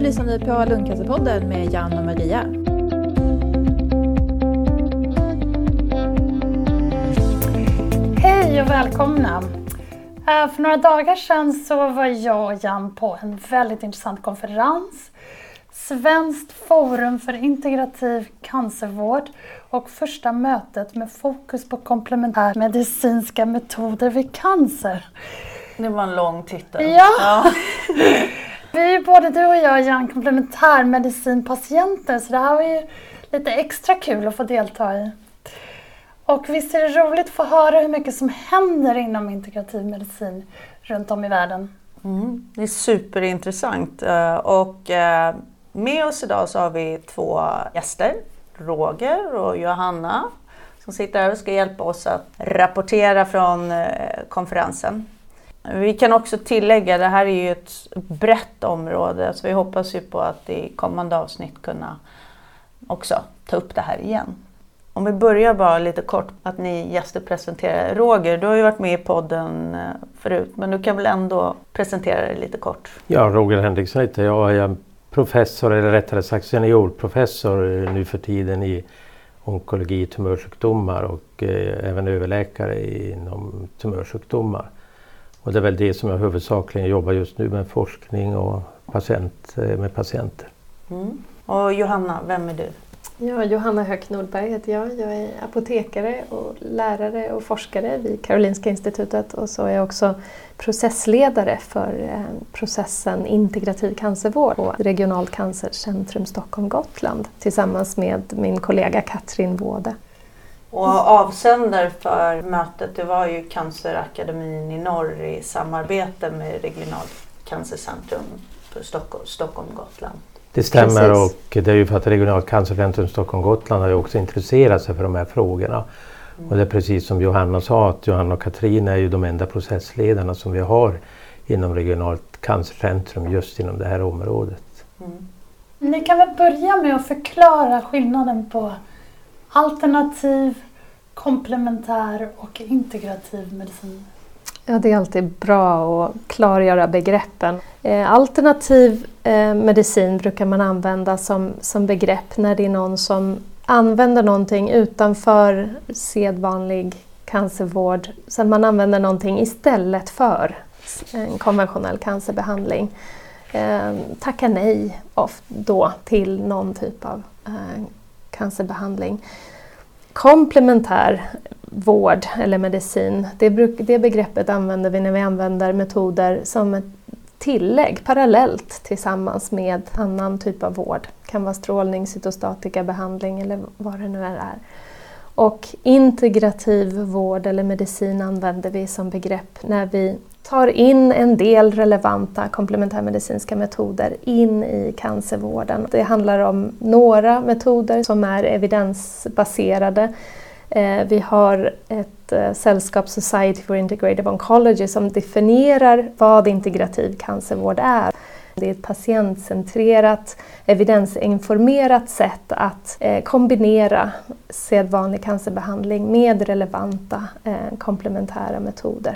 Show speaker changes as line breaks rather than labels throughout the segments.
lyssnar ni på Lungcancerpodden med Jan och Maria.
Hej och välkomna! För några dagar sedan så var jag och Jan på en väldigt intressant konferens. Svenskt forum för integrativ cancervård och första mötet med fokus på komplementär medicinska metoder vid cancer.
Det var en lång titel.
Ja. Vi är både du och jag, Jan, komplementärmedicinpatienter, så det här var ju lite extra kul att få delta i. Och visst är det roligt att få höra hur mycket som händer inom integrativ medicin runt om i världen.
Det är superintressant. Och med oss idag så har vi två gäster, Roger och Johanna, som sitter här och ska hjälpa oss att rapportera från konferensen. Vi kan också tillägga, det här är ju ett brett område, så vi hoppas ju på att i kommande avsnitt kunna också ta upp det här igen. Om vi börjar bara lite kort att ni gäster presenterar. Roger, du har ju varit med i podden förut, men du kan väl ändå presentera dig lite kort.
Ja, Roger Henriksson heter jag. Jag är professor, eller rättare sagt seniorprofessor nu för tiden i onkologi, tumörsjukdomar och även överläkare inom tumörsjukdomar. Och det är väl det som jag huvudsakligen jobbar just nu med, forskning och med patienter.
Och Johanna, vem är du?
Ja, Johanna Höök Nordberg heter jag. Jag är apotekare och lärare och forskare vid Karolinska institutet. Och så är jag också processledare för processen integrativ cancervård på Regionalt cancercentrum Stockholm-Gotland tillsammans med min kollega Katrin Wåde.
Och avsändare för mötet, det var ju Cancerakademin i norr i samarbete med Regionalt cancercentrum för Stockholm-Gotland.
Det stämmer.
Precis.
Och det är ju för att Regionalt cancercentrum Stockholm-Gotland har ju också intresserat sig för de här frågorna. Och det är precis som Johanna sa, att Johanna och Katrin är ju de enda processledarna som vi har inom Regionalt cancercentrum just inom det här området.
Ni kan väl börja med att förklara skillnaden på alternativ, komplementär och integrativ medicin.
Ja, det är alltid bra att klargöra begreppen. Alternativ medicin brukar man använda som begrepp när det är någon som använder någonting utanför sedvanlig cancervård. Så man använder någonting istället för en konventionell cancerbehandling. Tackar nej då till någon typ av cancerbehandling. Komplementär vård eller medicin, det begreppet använder vi när vi använder metoder som ett tillägg parallellt tillsammans med annan typ av vård. Det kan vara strålning, cytostatika behandling eller vad det nu är. Och integrativ vård eller medicin använder vi som begrepp när vi tar in en del relevanta komplementärmedicinska metoder in i cancervården. Det handlar om några metoder som är evidensbaserade. Vi har ett sällskap, Society for Integrative Oncology, som definierar vad integrativ cancervård är. Det är ett patientcentrerat, evidensinformerat sätt att kombinera sedvanlig cancerbehandling med relevanta komplementära metoder.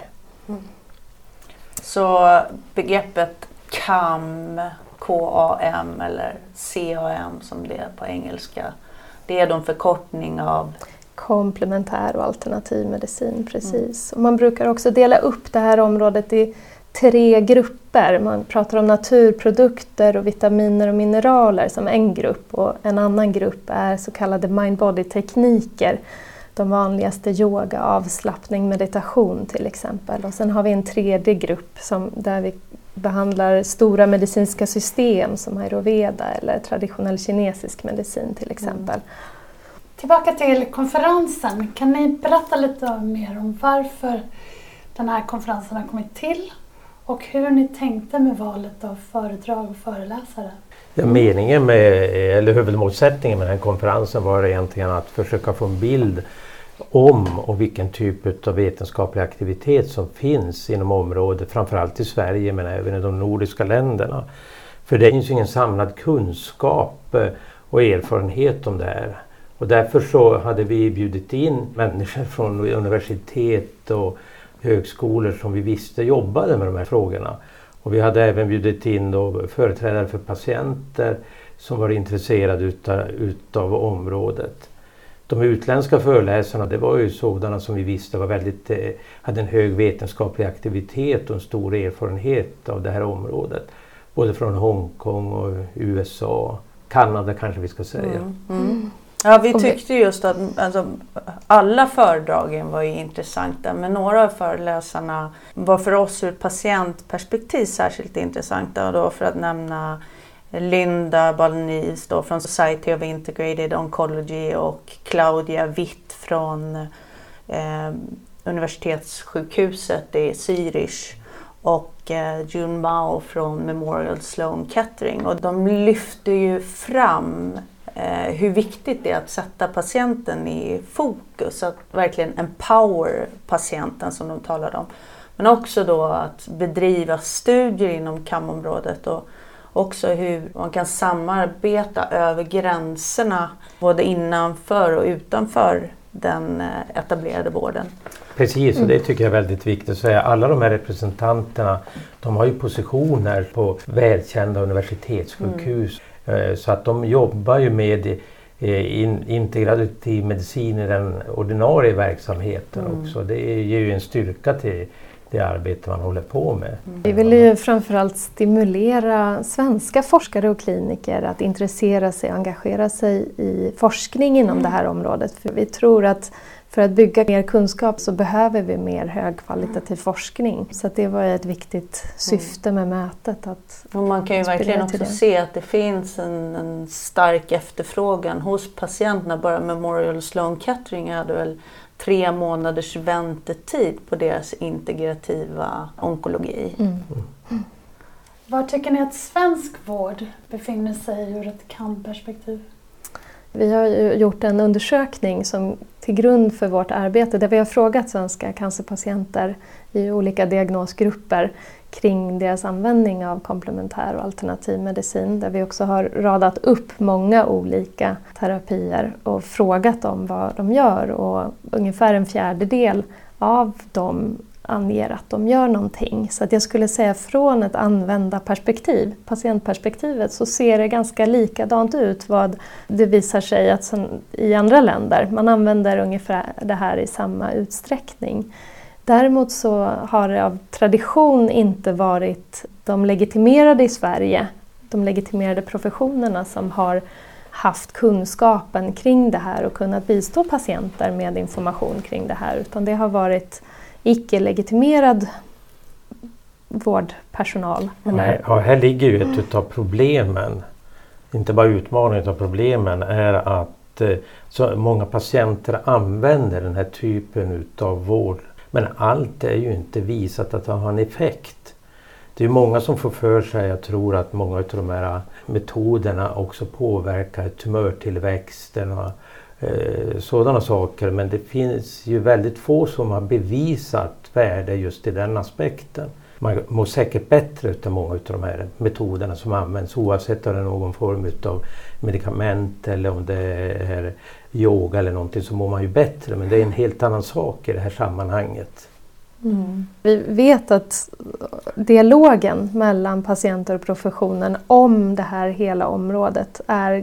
Så begreppet KAM eller CAM som det är på engelska, det är de förkortning av
komplementär och alternativ medicin, precis. Och man brukar också dela upp det här området i 3 grupper. Man pratar om naturprodukter och vitaminer och mineraler som en grupp, och en annan grupp är så kallade mind-body-tekniker. De vanligaste yoga, avslappning, meditation till exempel. Och sen har vi en 3:e grupp där vi behandlar stora medicinska system som ayurveda eller traditionell kinesisk medicin till exempel.
Tillbaka till konferensen. Kan ni berätta lite mer om varför den här konferensen har kommit till och hur ni tänkte med valet av föredrag och föreläsare?
Ja, meningen med, eller huvudmålsättningen med den här konferensen var egentligen att försöka få en bild om och vilken typ av vetenskaplig aktivitet som finns inom området, framförallt i Sverige men även i de nordiska länderna. För det finns ju ingen samlad kunskap och erfarenhet om det här. Och därför så hade vi bjudit in människor från universitet och högskolor som vi visste jobbade med de här frågorna. Och vi hade även bjudit in då företrädare för patienter som var intresserade utav området. De utländska föreläsarna, det var ju sådana som vi visste var hade en hög vetenskaplig aktivitet och en stor erfarenhet av det här området. Både från Hongkong och USA, Kanada kanske vi ska säga.
Ja, vi tyckte just att alla föredragen var ju intressanta, men några av föreläsarna var för oss ur patientperspektiv särskilt intressanta. Och då för att nämna Linda Balnise då från Society of Integrated Oncology och Claudia Witt från universitetssjukhuset i Zürich och June Mao från Memorial Sloan Kettering. Och de lyfte ju fram hur viktigt det är att sätta patienten i fokus, att verkligen empower patienten som de talade om. Men också då att bedriva studier inom CAM-området och också hur man kan samarbeta över gränserna både innanför och utanför den etablerade vården.
Precis, och det tycker jag är väldigt viktigt att säga. Alla de här representanterna, de har ju positioner på välkända universitetssjukhus. Så att de jobbar ju med integrativ medicin i den ordinarie verksamheten också. Det ger ju en styrka till det arbete man håller på med.
Vi vill ju framförallt stimulera svenska forskare och kliniker att intressera sig och engagera sig i forskning inom det här området. För vi tror att för att bygga mer kunskap så behöver vi mer högkvalitativ forskning. Så att det var ett viktigt syfte med mötet.
Och man kan ju verkligen också se att det finns en stark efterfrågan hos patienterna. Bara Memorial Sloan Kettering hade väl 3 månaders väntetid på deras integrativa onkologi.
Var tycker ni att svensk vård befinner sig ur ett CAM-perspektiv?
Vi har ju gjort en undersökning som till grund för vårt arbete där vi har frågat svenska cancerpatienter i olika diagnosgrupper kring deras användning av komplementär och alternativ medicin. Där vi också har radat upp många olika terapier och frågat dem vad de gör. Och ungefär 1/4 av dem anger att de gör någonting. Så att jag skulle säga från ett användarperspektiv, patientperspektivet, så ser det ganska likadant ut vad det visar sig att i andra länder. Man använder ungefär det här i samma utsträckning. Däremot så har det av tradition inte varit de legitimerade i Sverige, de legitimerade professionerna som har haft kunskapen kring det här och kunnat bistå patienter med information kring det här, utan det har varit icke-legitimerad vårdpersonal.
Nej, ja, här ligger ju ett av problemen, inte bara utmaningen utan problemen är att så många patienter använder den här typen av vård. Men allt är ju inte visat att det har en effekt. Det är många som får för sig, jag tror att många av de här metoderna också påverkar tumörtillväxten och sådana saker. Men det finns ju väldigt få som har bevisat värde just i den aspekten. Man mår säkert bättre utav många av de här metoderna som används oavsett om det är någon form av medicament eller om det är yoga eller någonting, så mår man ju bättre. Men det är en helt annan sak i det här sammanhanget.
Vi vet att dialogen mellan patienter och professionen om det här hela området är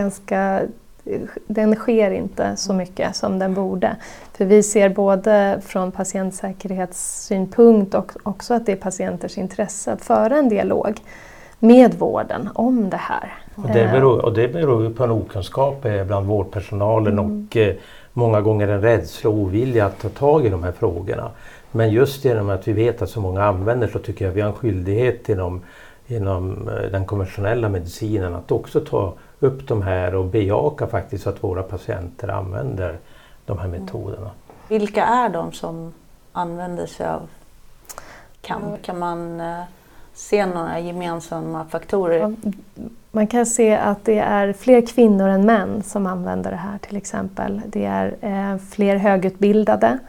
den sker inte så mycket som den borde. För vi ser både från patientsäkerhetssynpunkt och också att det är patienters intresse att föra en dialog med vården om det här.
Och det beror ju på en okunskap bland vårdpersonalen och många gånger en rädsla och ovilja att ta tag i de här frågorna. Men just genom att vi vet att så många använder, så tycker jag vi har en skyldighet inom den konventionella medicinen att också ta upp de här och bejaka faktiskt att våra patienter använder de här metoderna.
Vilka är de som använder sig av CAM? Kan man se några gemensamma faktorer?
Man kan se att det är fler kvinnor än män som använder det här till exempel. Det är fler högutbildade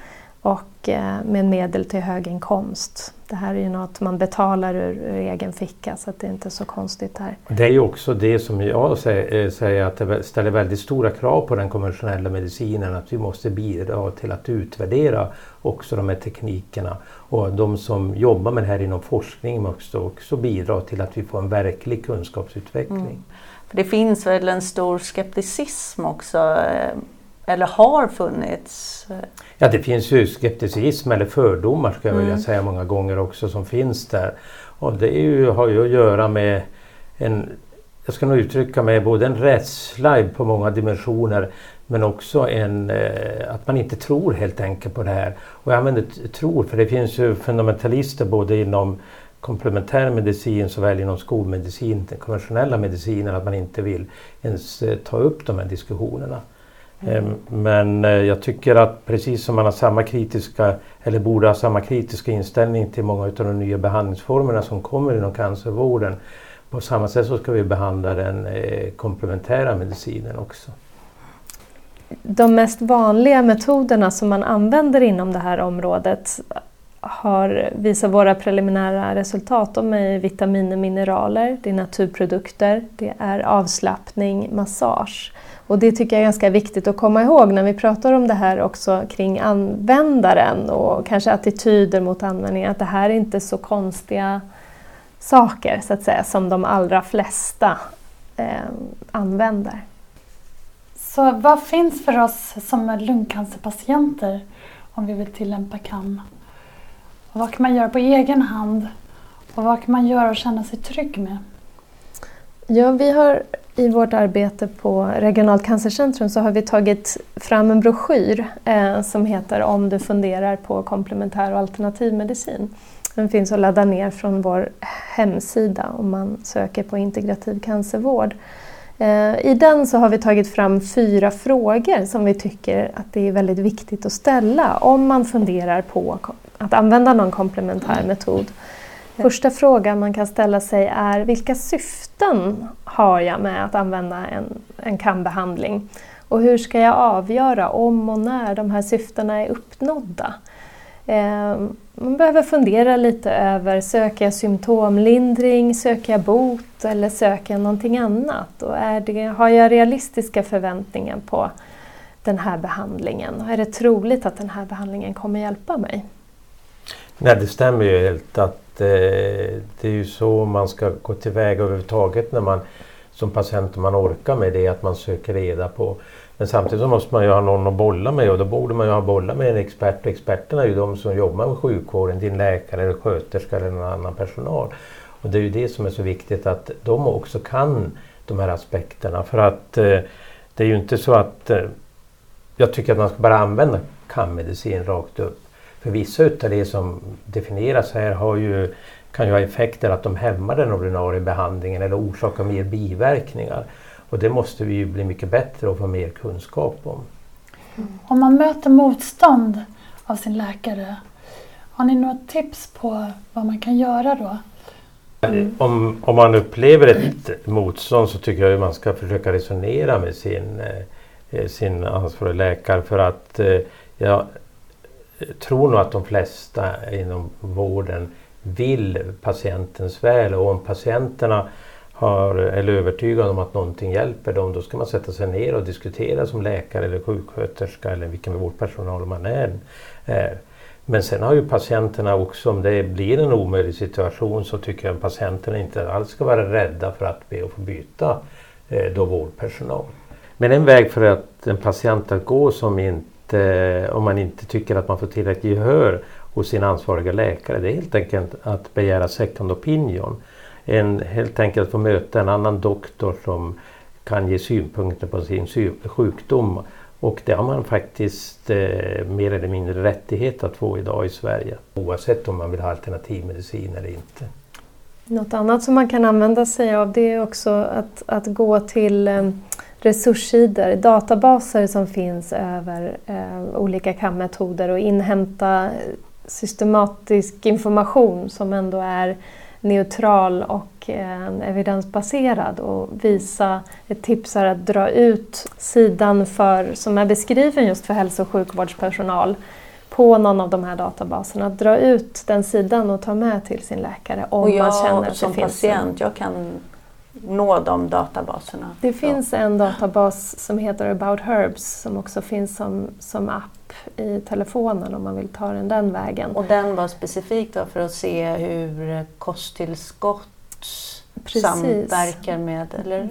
och med medel till höginkomst. Det här är ju något man betalar ur egen ficka, så att det är inte så konstigt här.
Det är ju också det som jag säger att det ställer väldigt stora krav på den konventionella medicinen, att vi måste bidra till att utvärdera också de här teknikerna. Och de som jobbar med det här inom forskning måste också bidra till att vi får en verklig kunskapsutveckling.
För det finns väl en stor skepticism också, eller har funnits?
Ja, det finns ju skepticism eller fördomar, ska jag vilja säga, många gånger också, som finns där. Och det är ju, har ju att göra med jag ska nog uttrycka med både en rädsla på många dimensioner, men också att man inte tror helt enkelt på det här. Och jag använder tror, för det finns ju fundamentalister både inom komplementär medicin såväl inom skolmedicin, den konventionella medicinen, att man inte vill ens ta upp de här diskussionerna. Men jag tycker att precis som man har samma kritiska, eller borde ha samma kritiska inställning till många av de nya behandlingsformerna som kommer inom cancervården, på samma sätt så ska vi behandla den komplementära medicinen också.
De mest vanliga metoderna som man använder inom det här området visar våra preliminära resultat. De är vitaminer, mineraler, det är naturprodukter, det är avslappning, massage. Och det tycker jag är ganska viktigt att komma ihåg när vi pratar om det här också kring användaren och kanske attityder mot användning. Att det här är inte så konstiga saker så att säga som de allra flesta använder.
Så vad finns för oss som lungcancerpatienter om vi vill tillämpa CAM? Och vad kan man göra på egen hand? Och vad kan man göra och känna sig trygg med?
Ja, vi har i vårt arbete på Regionalt cancercentrum så har vi tagit fram en broschyr som heter Om du funderar på komplementär och alternativmedicin. Den finns att ladda ner från vår hemsida om man söker på integrativ cancervård. I den så har vi tagit fram 4 frågor som vi tycker att det är väldigt viktigt att ställa om man funderar på att använda någon komplementär metod. Första frågan man kan ställa sig är: vilka syften har jag med att använda en CAM-behandling? Och hur ska jag avgöra om och när de här syftena är uppnådda? Man behöver fundera lite över: söker jag symptomlindring, söker jag bot eller söker jag någonting annat? Och har jag realistiska förväntningar på den här behandlingen? Är det troligt att den här behandlingen kommer hjälpa mig?
Nej, det stämmer ju helt att det är ju så man ska gå tillväga överhuvudtaget när man som patient, om man orkar med det, att man söker reda på. Men samtidigt så måste man ju ha någon att bolla med, och då borde man ju ha bolla med en expert. Och experterna är ju de som jobbar med sjukvården, din läkare eller sköterska eller någon annan personal. Och det är ju det som är så viktigt, att de också kan de här aspekterna. För att det är ju inte så att jag tycker att man ska bara använda CAM-medicin rakt upp. För vissa utav det som definieras här kan ju ha effekter att de hämmar den ordinarie behandlingen eller orsakar mer biverkningar. Och det måste vi ju bli mycket bättre och få mer kunskap om.
Om man möter motstånd av sin läkare, har ni några tips på vad man kan göra då?
Om man upplever ett motstånd så tycker jag att man ska försöka resonera med sin ansvariga läkare, för att jag tror nog att de flesta inom vården vill patientens väl, och om patienterna är övertygade om att någonting hjälper dem, då ska man sätta sig ner och diskutera som läkare eller sjuksköterska eller vilken vårdpersonal man är. Men sen har ju patienterna också, om det blir en omöjlig situation, så tycker jag att patienterna inte alls ska vara rädda för att be att få byta då vårdpersonal. Men en väg för att en patient att gå om man inte tycker att man får tillräckligt gehör hos sin ansvariga läkare, det är helt enkelt att begära second opinion. Helt enkelt få möta en annan doktor som kan ge synpunkter på sin sjukdom. Och det har man faktiskt mer eller mindre rättighet att få idag i Sverige, oavsett om man vill ha alternativmedicin eller inte.
Något annat som man kan använda sig av, det är också att gå till resurssidor, databaser som finns över olika CAM-metoder och inhämta systematisk information som ändå är neutral och evidensbaserad, och ett tips är att dra ut sidan som är beskriven just för hälso- och sjukvårdspersonal på någon av de här databaserna, dra ut den sidan och ta med till sin läkare om
och jag,
man känner att
som
det finns
patient, jag kan nå de databaserna.
Det finns en databas som heter About Herbs som också finns som app i telefonen om man vill ta den vägen.
Och den var specifikt då för att se hur kosttillskott samverkar med, eller?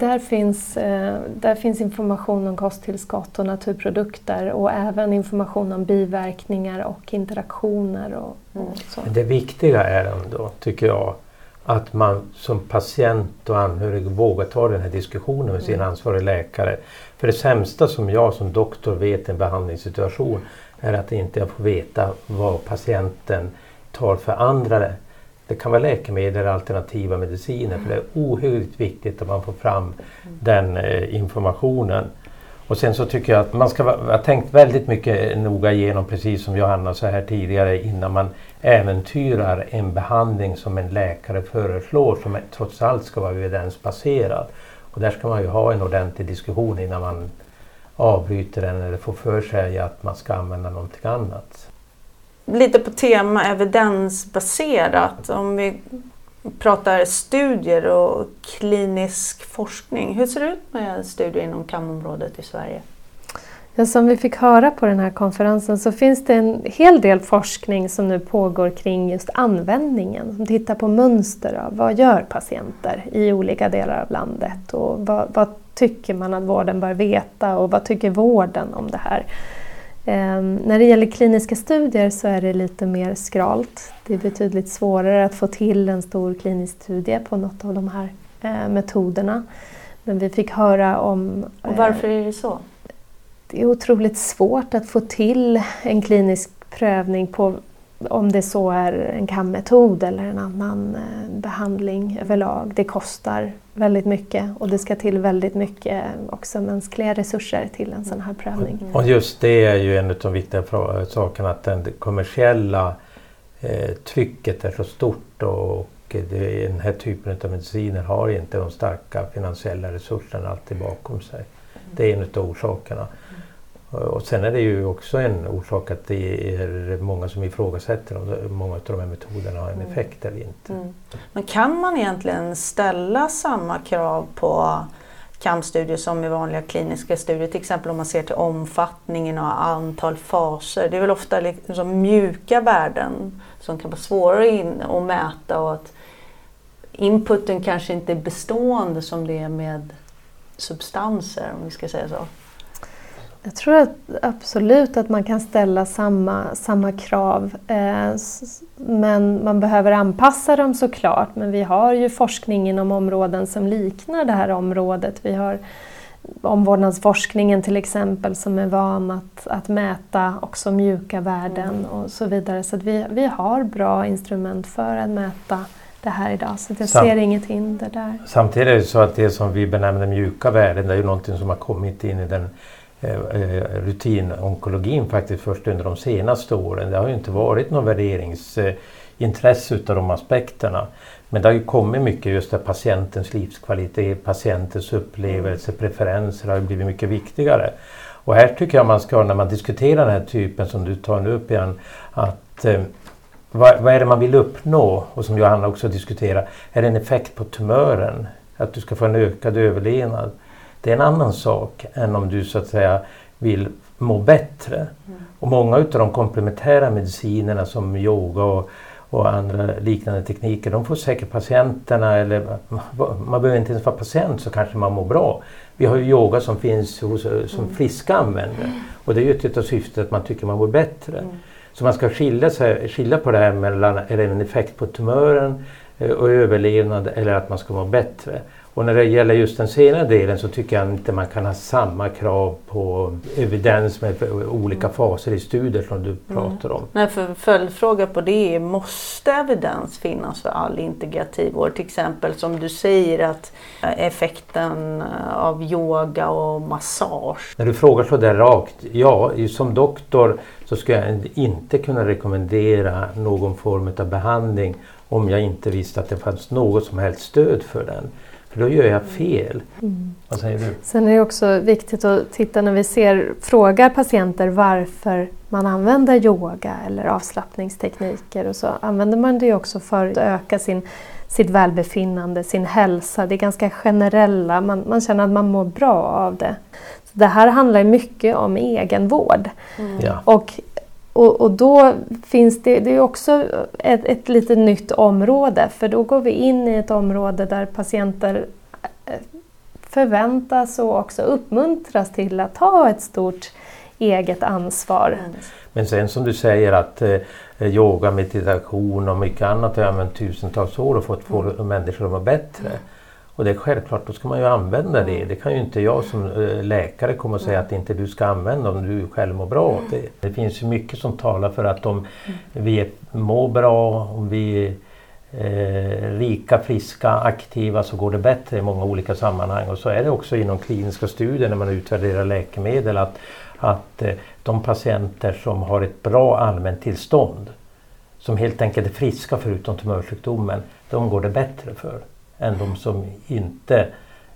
Där finns information om kosttillskott och naturprodukter och även information om biverkningar och interaktioner. Och så.
Det viktiga är ändå, tycker jag, att man som patient och anhörig vågar ta den här diskussionen med sin ansvarig läkare. För det sämsta som jag som doktor vet i en behandlingssituation är att inte jag får veta vad patienten tar för andra. Det kan vara läkemedel eller alternativa mediciner, för det är ohyggligt viktigt att man får fram den informationen. Och sen så tycker jag att man ska ha tänkt väldigt mycket noga igenom, precis som Johanna sa här tidigare, innan man äventyrar en behandling som en läkare föreslår, som trots allt ska vara evidensbaserad. Och där ska man ju ha en ordentlig diskussion innan man avbryter den eller får för sig att man ska använda någonting annat.
Lite på tema evidensbaserat, om vi pratar studier och klinisk forskning. Hur ser det ut med studier inom KAM-området i Sverige?
Ja, som vi fick höra på den här konferensen så finns det en hel del forskning som nu pågår kring just användningen. Som tittar på mönster av vad gör patienter i olika delar av landet och vad tycker man att vården bör veta och vad tycker vården om det här. När det gäller kliniska studier så är det lite mer skralt. Det är betydligt svårare att få till en stor klinisk studie på något av de här metoderna. Men vi fick höra om...
Och varför är det så?
Det är otroligt svårt att få till en klinisk prövning på om det så är en KAM-metod eller en annan behandling överlag. Det kostar väldigt mycket och det ska till väldigt mycket också mänskliga resurser till en sån här prövning.
Och just det är ju en av de viktiga sakerna, att det kommersiella trycket är så stort och den här typen av mediciner har inte de starka finansiella resurserna alltid bakom sig. Det är en av orsakerna. Och sen är det ju också en orsak att det är många som ifrågasätter om många av de här metoderna har en effekt eller inte.
Men kan man egentligen ställa samma krav på KAM-studier som i vanliga kliniska studier? Till exempel om man ser till omfattningen och antal faser. Det är väl ofta liksom mjuka värden som kan vara svårare att mäta och att inputen kanske inte är bestående som det är med substanser, om vi ska säga så.
Jag tror absolut att man kan ställa samma krav, men man behöver anpassa dem såklart. Men vi har ju forskning inom områden som liknar det här området. Vi har omvårdnadsforskningen till exempel som är van att mäta också mjuka värden och så vidare. Så att vi har bra instrument för att mäta det här idag, så jag ser inget hinder där.
Samtidigt är det så att det som vi benämner mjuka värden, det är ju någonting som har kommit in i den rutinonkologin faktiskt först under de senaste åren. Det har ju inte varit någon värderingsintresse utav de aspekterna. Men det har ju kommit mycket just där patientens livskvalitet, patientens upplevelse, preferenser har blivit mycket viktigare. Och här tycker jag man ska, när man diskuterar den här typen som du tar nu upp igen, att vad är det man vill uppnå? Och som Johanna också diskuterar, är det en effekt på tumören? Att du ska få en ökad överlevnad? Det är en annan sak än om du så att säga vill må bättre. Och många av de komplementära medicinerna som yoga och andra liknande tekniker, de får säkert patienterna, eller man behöver inte ens vara patient så kanske man mår bra. Vi har ju yoga som finns som friska använder. Och det är ju ett av syftet att man tycker man mår bättre. Så man ska skilja på det här mellan, är det en effekt på tumören och överlevnad eller att man ska må bättre. Och när det gäller just den senare delen så tycker jag inte man kan ha samma krav på evidens med olika faser i studier som du pratar om.
Nej, för följdfråga på det är, måste evidens finnas för all integrativ vård? Till exempel som du säger att effekten av yoga och massage.
När du frågar så där rakt, ja, som doktor så ska jag inte kunna rekommendera någon form av behandling om jag inte visste att det fanns något som helst stöd för den. För då gör jag fel. Vad säger du?
Sen är det också viktigt att titta när vi frågar patienter varför man använder yoga eller avslappningstekniker. Och så använder man det också för att öka sitt välbefinnande, sin hälsa. Det är ganska generella, man känner att man mår bra av det. Så det här handlar mycket om egenvård.
Ja.
Och då finns det är också ett lite nytt område. För då går vi in i ett område där patienter förväntas och också uppmuntras till att ta ett stort eget ansvar.
Men sen som du säger att yoga, meditation och mycket annat har jag använt tusentals år och fått få människor att må bättre. Och det är självklart, då ska man ju använda det. Det kan ju inte jag som läkare komma och säga att inte du ska använda om du själv mår bra av det. Det finns ju mycket som talar för att om vi mår bra, om vi är rika, friska, aktiva så går det bättre i många olika sammanhang. Och så är det också inom kliniska studier när man utvärderar läkemedel att de patienter som har ett bra allmänt tillstånd, som helt enkelt är friska förutom tumörsjukdomen, de går det bättre för än de som inte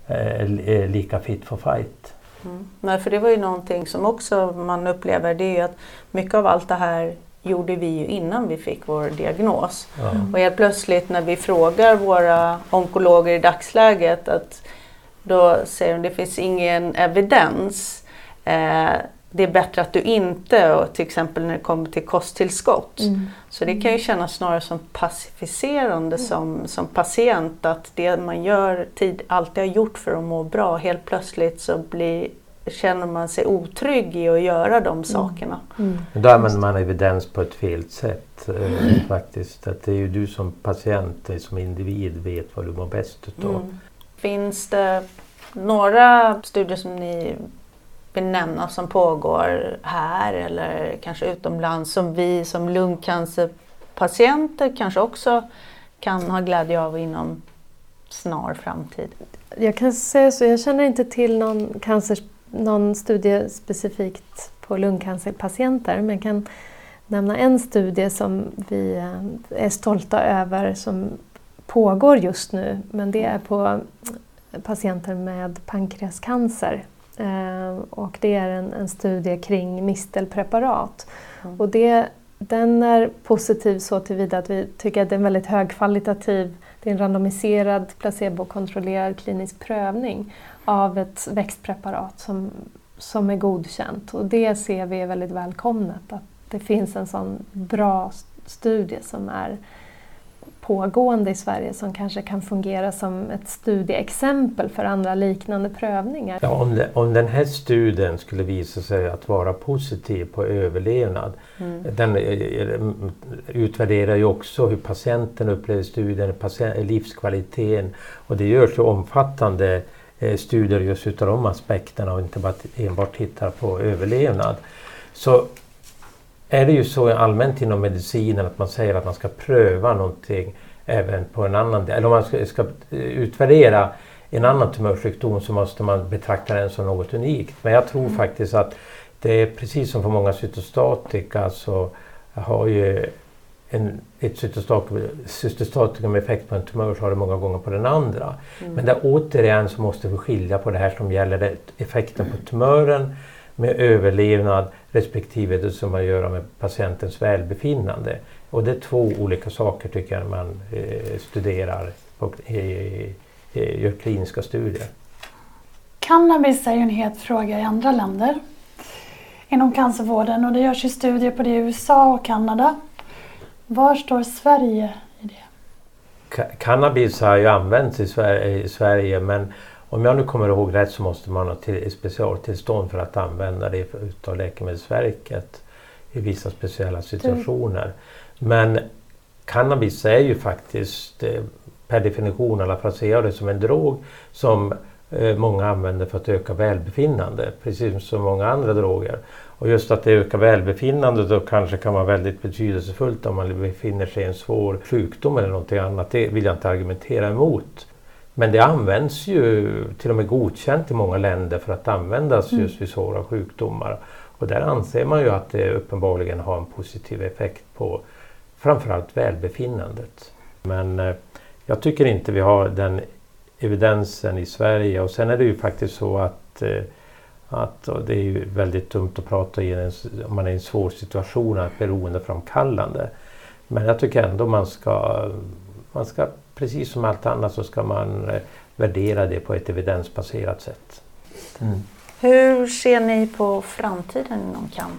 är lika fit for fight.
Nej, för det var ju någonting som också man upplever, det är ju att mycket av allt det här gjorde vi ju innan vi fick vår diagnos. Och helt plötsligt när vi frågar våra onkologer i dagsläget, att då säger de att det finns ingen evidens. Det är bättre att du inte, och till exempel när det kommer till kosttillskott. Så det kan ju kännas snarare som passiviserande som patient, att det man gör alltid har gjort för att må bra, helt plötsligt så känner man sig otrygg i att göra de sakerna.
Då använder man evidens på ett fel sätt faktiskt. Att det är ju du som patient, som individ vet vad du mår bäst utav.
Finns det några studier som ni vill nämna som pågår här eller kanske utomlands som vi som lungcancerpatienter kanske också kan ha glädje av inom snar framtid?
Jag kan säga så, jag känner inte till någon studie specifikt på lungcancerpatienter, men jag kan nämna en studie som vi är stolta över som pågår just nu, men det är på patienter med pankreascancer. Och det är en studie kring mistelpreparat. Och den är positiv så tillvida att vi tycker att det är en väldigt högkvalitativ, det är en randomiserad, placebokontrollerad klinisk prövning av ett växtpreparat som är godkänt. Och det ser vi är väldigt välkommet, att det finns en sån bra studie som är pågående i Sverige som kanske kan fungera som ett studieexempel för andra liknande prövningar.
Ja, om den här studien skulle visa sig att vara positiv på överlevnad, den utvärderar ju också hur patienten upplever studien, livskvaliteten, och det görs ju omfattande studier just utav de aspekterna och inte bara enbart tittar på överlevnad. Så är det ju så allmänt inom medicinen att man säger att man ska pröva någonting även på en annan del. Eller om man ska utvärdera en annan tumörsjukdom så måste man betrakta den som något unikt. Men jag tror faktiskt att det är precis som för många cytostatika så har ju ett cytostatikum effekt på en tumör så har det många gånger på den andra. Men där återigen så måste vi skilja på det här som gäller effekten på tumören med överlevnad respektive det som man gör med patientens välbefinnande. Och det är två olika saker tycker jag när man studerar och gör kliniska studier.
Cannabis är ju en het fråga i andra länder inom cancervården och det görs ju studier på det i USA och Kanada. Var står Sverige i det?
Cannabis har ju använts i Sverige, men om jag nu kommer ihåg rätt så måste man ha specialtillstånd för att använda det utav Läkemedelsverket i vissa speciella situationer. Men cannabis är ju faktiskt per definition, i alla fall ser jag det som en drog som många använder för att öka välbefinnande, precis som många andra droger. Och just att det ökar välbefinnande då kanske kan vara väldigt betydelsefullt om man befinner sig i en svår sjukdom eller någonting annat. Det vill jag inte argumentera emot. Men det används ju till och med godkänt i många länder för att användas just vid svåra sjukdomar. Och där anser man ju att det uppenbarligen har en positiv effekt på framförallt välbefinnandet. Men jag tycker inte vi har den evidensen i Sverige. Och sen är det ju faktiskt så att det är ju väldigt dumt att prata om man är i en svår situation, att beroendeframkallande. Men jag tycker ändå man ska, precis som allt annat, så ska man värdera det på ett evidensbaserat sätt.
Mm. Hur ser ni på framtiden inom KAM?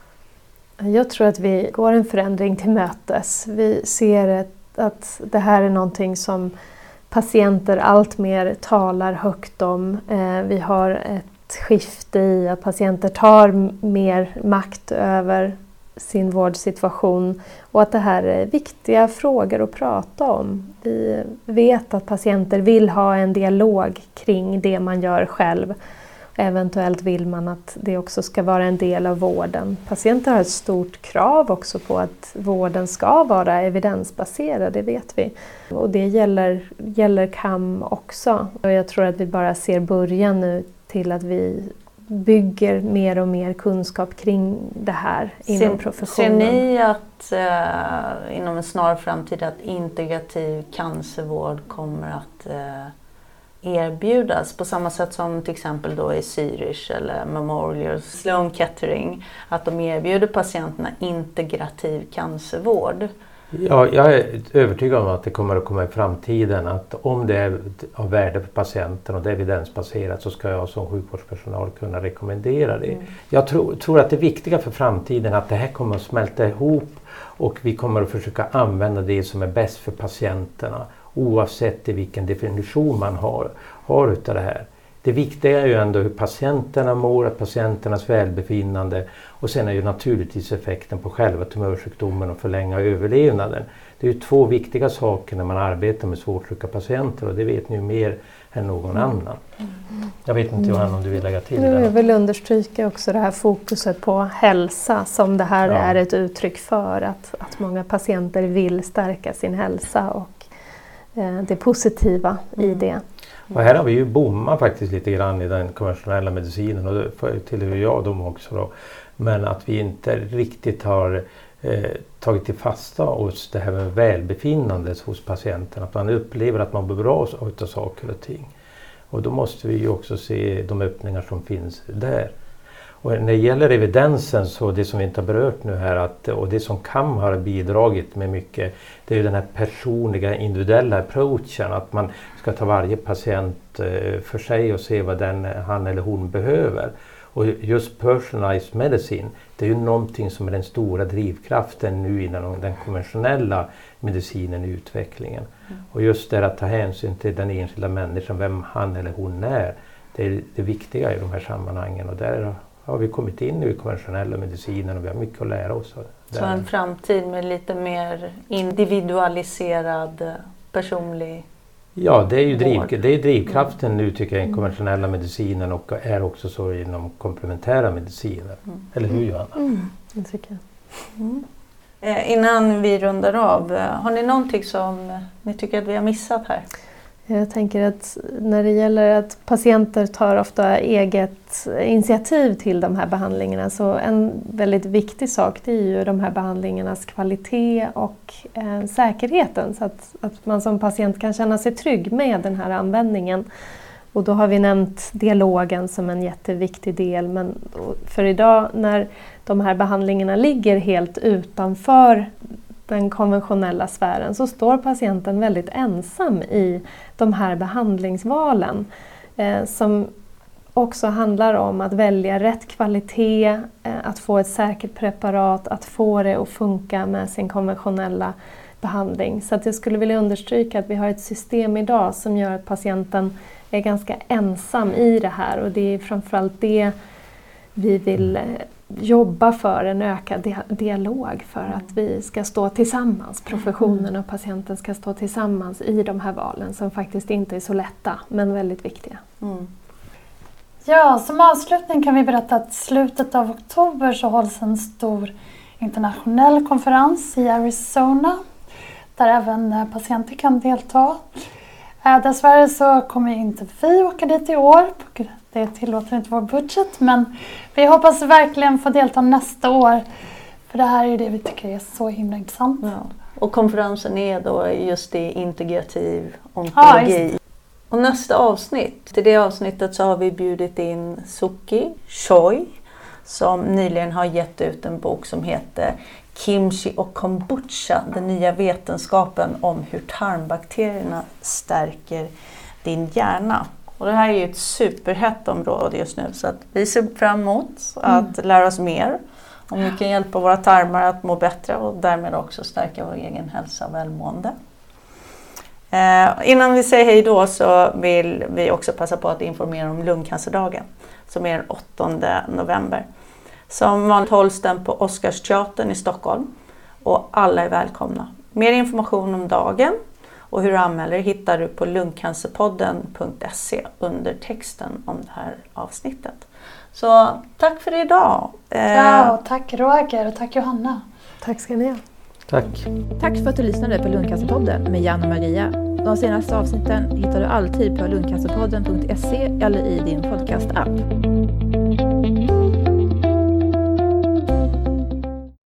Jag tror att vi går en förändring till mötes. Vi ser att det här är någonting som patienter allt mer talar högt om. Vi har ett skifte i att patienter tar mer makt över sin vårdsituation och att det här är viktiga frågor att prata om. Vi vet att patienter vill ha en dialog kring det man gör själv. Eventuellt vill man att det också ska vara en del av vården. Patienter har ett stort krav också på att vården ska vara evidensbaserad, det vet vi. Och det gäller KAM också. Och jag tror att vi bara ser början nu till att vi bygger mer och mer kunskap kring det här inom professionen.
Ser ni att inom en snar framtid att integrativ cancervård kommer att erbjudas på samma sätt som till exempel då i Zürich eller Memorial Sloan Kettering, att de erbjuder patienterna integrativ cancervård?
Ja, jag är övertygad om att det kommer att komma i framtiden, att om det är av värde för patienten och det är evidensbaserat, så ska jag som sjukvårdspersonal kunna rekommendera det. Jag tror att det viktiga för framtiden är att det här kommer att smälta ihop och vi kommer att försöka använda det som är bäst för patienterna, oavsett i vilken definition man har utav det här. Det viktiga är ju ändå hur patienterna mår, patienternas välbefinnande, och sen är ju naturligtvis effekten på själva tumörsjukdomen och förlänga överlevnaden. Det är ju två viktiga saker när man arbetar med svårt sjuka patienter, och det vet ni ju mer än någon annan. Jag vet inte Johanna om du vill lägga till det.
Jag vill understryka också det här fokuset på hälsa som det här är ett uttryck för, att många patienter vill stärka sin hälsa och det positiva i det.
Och här har vi ju bommat faktiskt lite grann i den konventionella medicinen, och det tillhör jag dem också då. Men att vi inte riktigt har tagit till fasta hos det här med välbefinnande hos patienten. Att man upplever att man blir bra av saker och ting. Och då måste vi ju också se de öppningar som finns där. Och när det gäller evidensen, så det som vi inte har berört nu här, och det som KAM har bidragit med mycket, det är ju den här personliga individuella approachen, att man ska ta varje patient för sig och se vad han eller hon behöver. Och just personalized medicine, det är ju någonting som är den stora drivkraften nu inom den konventionella medicinen i utvecklingen. Och just det att ta hänsyn till den enskilda människan, vem han eller hon är, det är det viktiga i de här sammanhangen, och där har vi kommit in i konventionella medicinen och vi har mycket att lära oss.
Så en framtid med lite mer individualiserad personlig
Ja, det är ju drivkraften nu tycker jag i konventionella medicinen, och är också så inom komplementära mediciner. Eller hur Johanna?
Det tycker jag.
Innan vi rundar av, har ni någonting som ni tycker att vi har missat här?
Jag tänker att när det gäller att patienter tar ofta eget initiativ till de här behandlingarna, så en väldigt viktig sak, det är ju de här behandlingarnas kvalitet och säkerheten, så att man som patient kan känna sig trygg med den här användningen. Och då har vi nämnt dialogen som en jätteviktig del, men för idag när de här behandlingarna ligger helt utanför den konventionella sfären, så står patienten väldigt ensam i de här behandlingsvalen som också handlar om att välja rätt kvalitet, att få ett säkert preparat, att få det att funka med sin konventionella behandling. Så att jag skulle vilja understryka att vi har ett system idag som gör att patienten är ganska ensam i det här, och det är framförallt det vi vill jobba för, en ökad dialog, för att vi ska stå tillsammans, professionen och patienten ska stå tillsammans i de här valen som faktiskt inte är så lätta men väldigt viktiga.
Ja, som avslutning kan vi berätta att i slutet av oktober så hålls en stor internationell konferens i Arizona där även patienter kan delta. Dessvärre så kommer inte vi åka dit i år. Det tillåter inte vår budget, men vi hoppas verkligen få delta nästa år. För det här är det vi tycker är så himla intressant.
Ja. Och konferensen är då just i integrativ onkologi. Och nästa avsnitt, till det avsnittet så har vi bjudit in Suki Choi som nyligen har gett ut en bok som heter Kimchi och kombucha, den nya vetenskapen om hur tarmbakterierna stärker din hjärna. Och det här är ju ett superhett område just nu, så att vi ser fram emot att lära oss mer om hur vi kan hjälpa våra tarmar att må bättre och därmed också stärka vår egen hälsa och välmående. Innan vi säger hej då så vill vi också passa på att informera om lungcancerdagen som är den 8 november. Som vanligt hålls den på Oscarsteatern i Stockholm och alla är välkomna. Mer information om dagen och hur du anmäler hittar du på lungcancerpodden.se under texten om det här avsnittet. Så tack för idag.
Ja, tack Roger och tack Johanna.
Tack ska ni ha.
Tack.
Tack för att du lyssnade på Lungcancerpodden med Jan och Maria. De senaste avsnitten hittar du alltid på lungcancerpodden.se eller i din podcast-app.